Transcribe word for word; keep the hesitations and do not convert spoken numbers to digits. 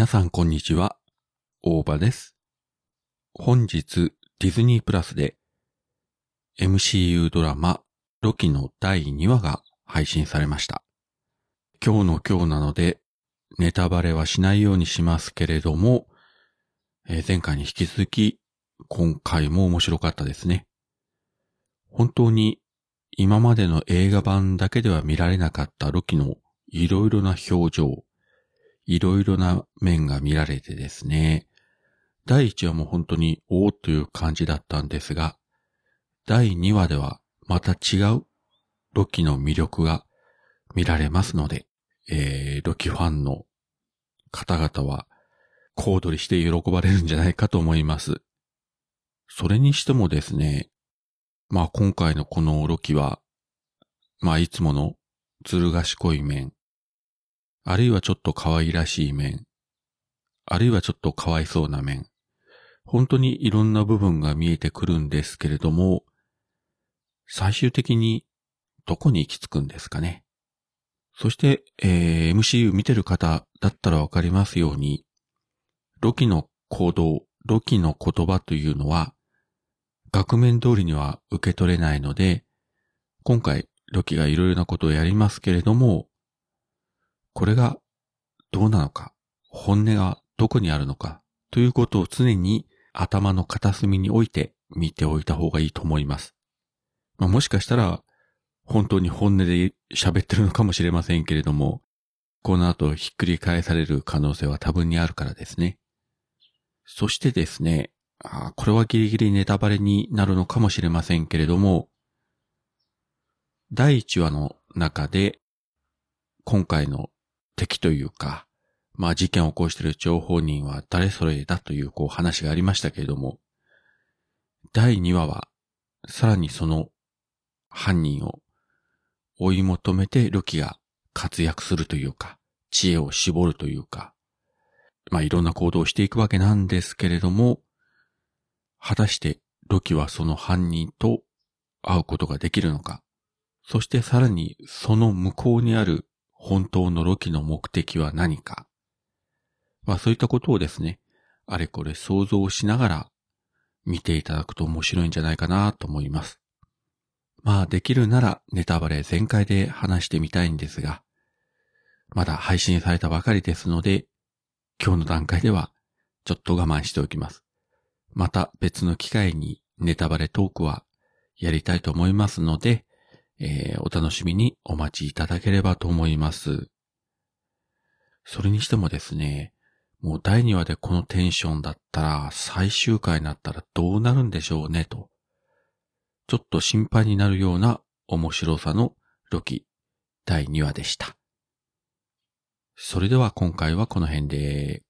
皆さんこんにちは、大場です。本日ディズニープラスで エムシーユー ドラマロキのだいにわが配信されました。今日の今日なのでネタバレはしないようにしますけれども、えー、前回に引き続き今回も面白かったですね。本当に今までの映画版だけでは見られなかったロキのいろいろな表情、いろいろな面が見られてですね、だいいちわも本当におーという感じだったんですが、だいにわではまた違うロキの魅力が見られますので、えー、ロキファンの方々は小躍りして喜ばれるんじゃないかと思います。それにしてもですね、まあ今回のこのロキは、まあいつものずる賢い面、あるいはちょっと可愛らしい面、あるいはちょっとかわいそうな面、本当にいろんな部分が見えてくるんですけれども、最終的にどこに行き着くんですかね。そして、えー、エムシーユー 見てる方だったらわかりますように、ロキの行動、ロキの言葉というのは、額面通りには受け取れないので、今回ロキがいろいろなことをやりますけれども、これがどうなのか、本音がどこにあるのか、ということを常に頭の片隅に置いて見ておいた方がいいと思います。まあ、もしかしたら、本当に本音で喋ってるのかもしれませんけれども、この後ひっくり返される可能性は多分にあるからですね。そしてですね、あ、これはギリギリネタバレになるのかもしれませんけれども、だいいちわの中で、今回の敵というか、まあ事件を起こしている張本人は誰それだというこう話がありましたけれども、だいにわはさらにその犯人を追い求めてロキが活躍するというか、知恵を絞るというか、まあいろんな行動をしていくわけなんですけれども、果たしてロキはその犯人と会うことができるのか、そしてさらにその向こうにある本当のロキの目的は何か、まあそういったことをですね、あれこれ想像しながら見ていただくと面白いんじゃないかなと思います。まあできるならネタバレ全開で話してみたいんですが、まだ配信されたばかりですので、今日の段階ではちょっと我慢しておきます。また別の機会にネタバレトークはやりたいと思いますので、えー、お楽しみにお待ちいただければと思います。それにしてもですね、もうだいにわでこのテンションだったら最終回になったらどうなるんでしょうねと。ちょっと心配になるような面白さのロキだいにわでした。それでは今回はこの辺で。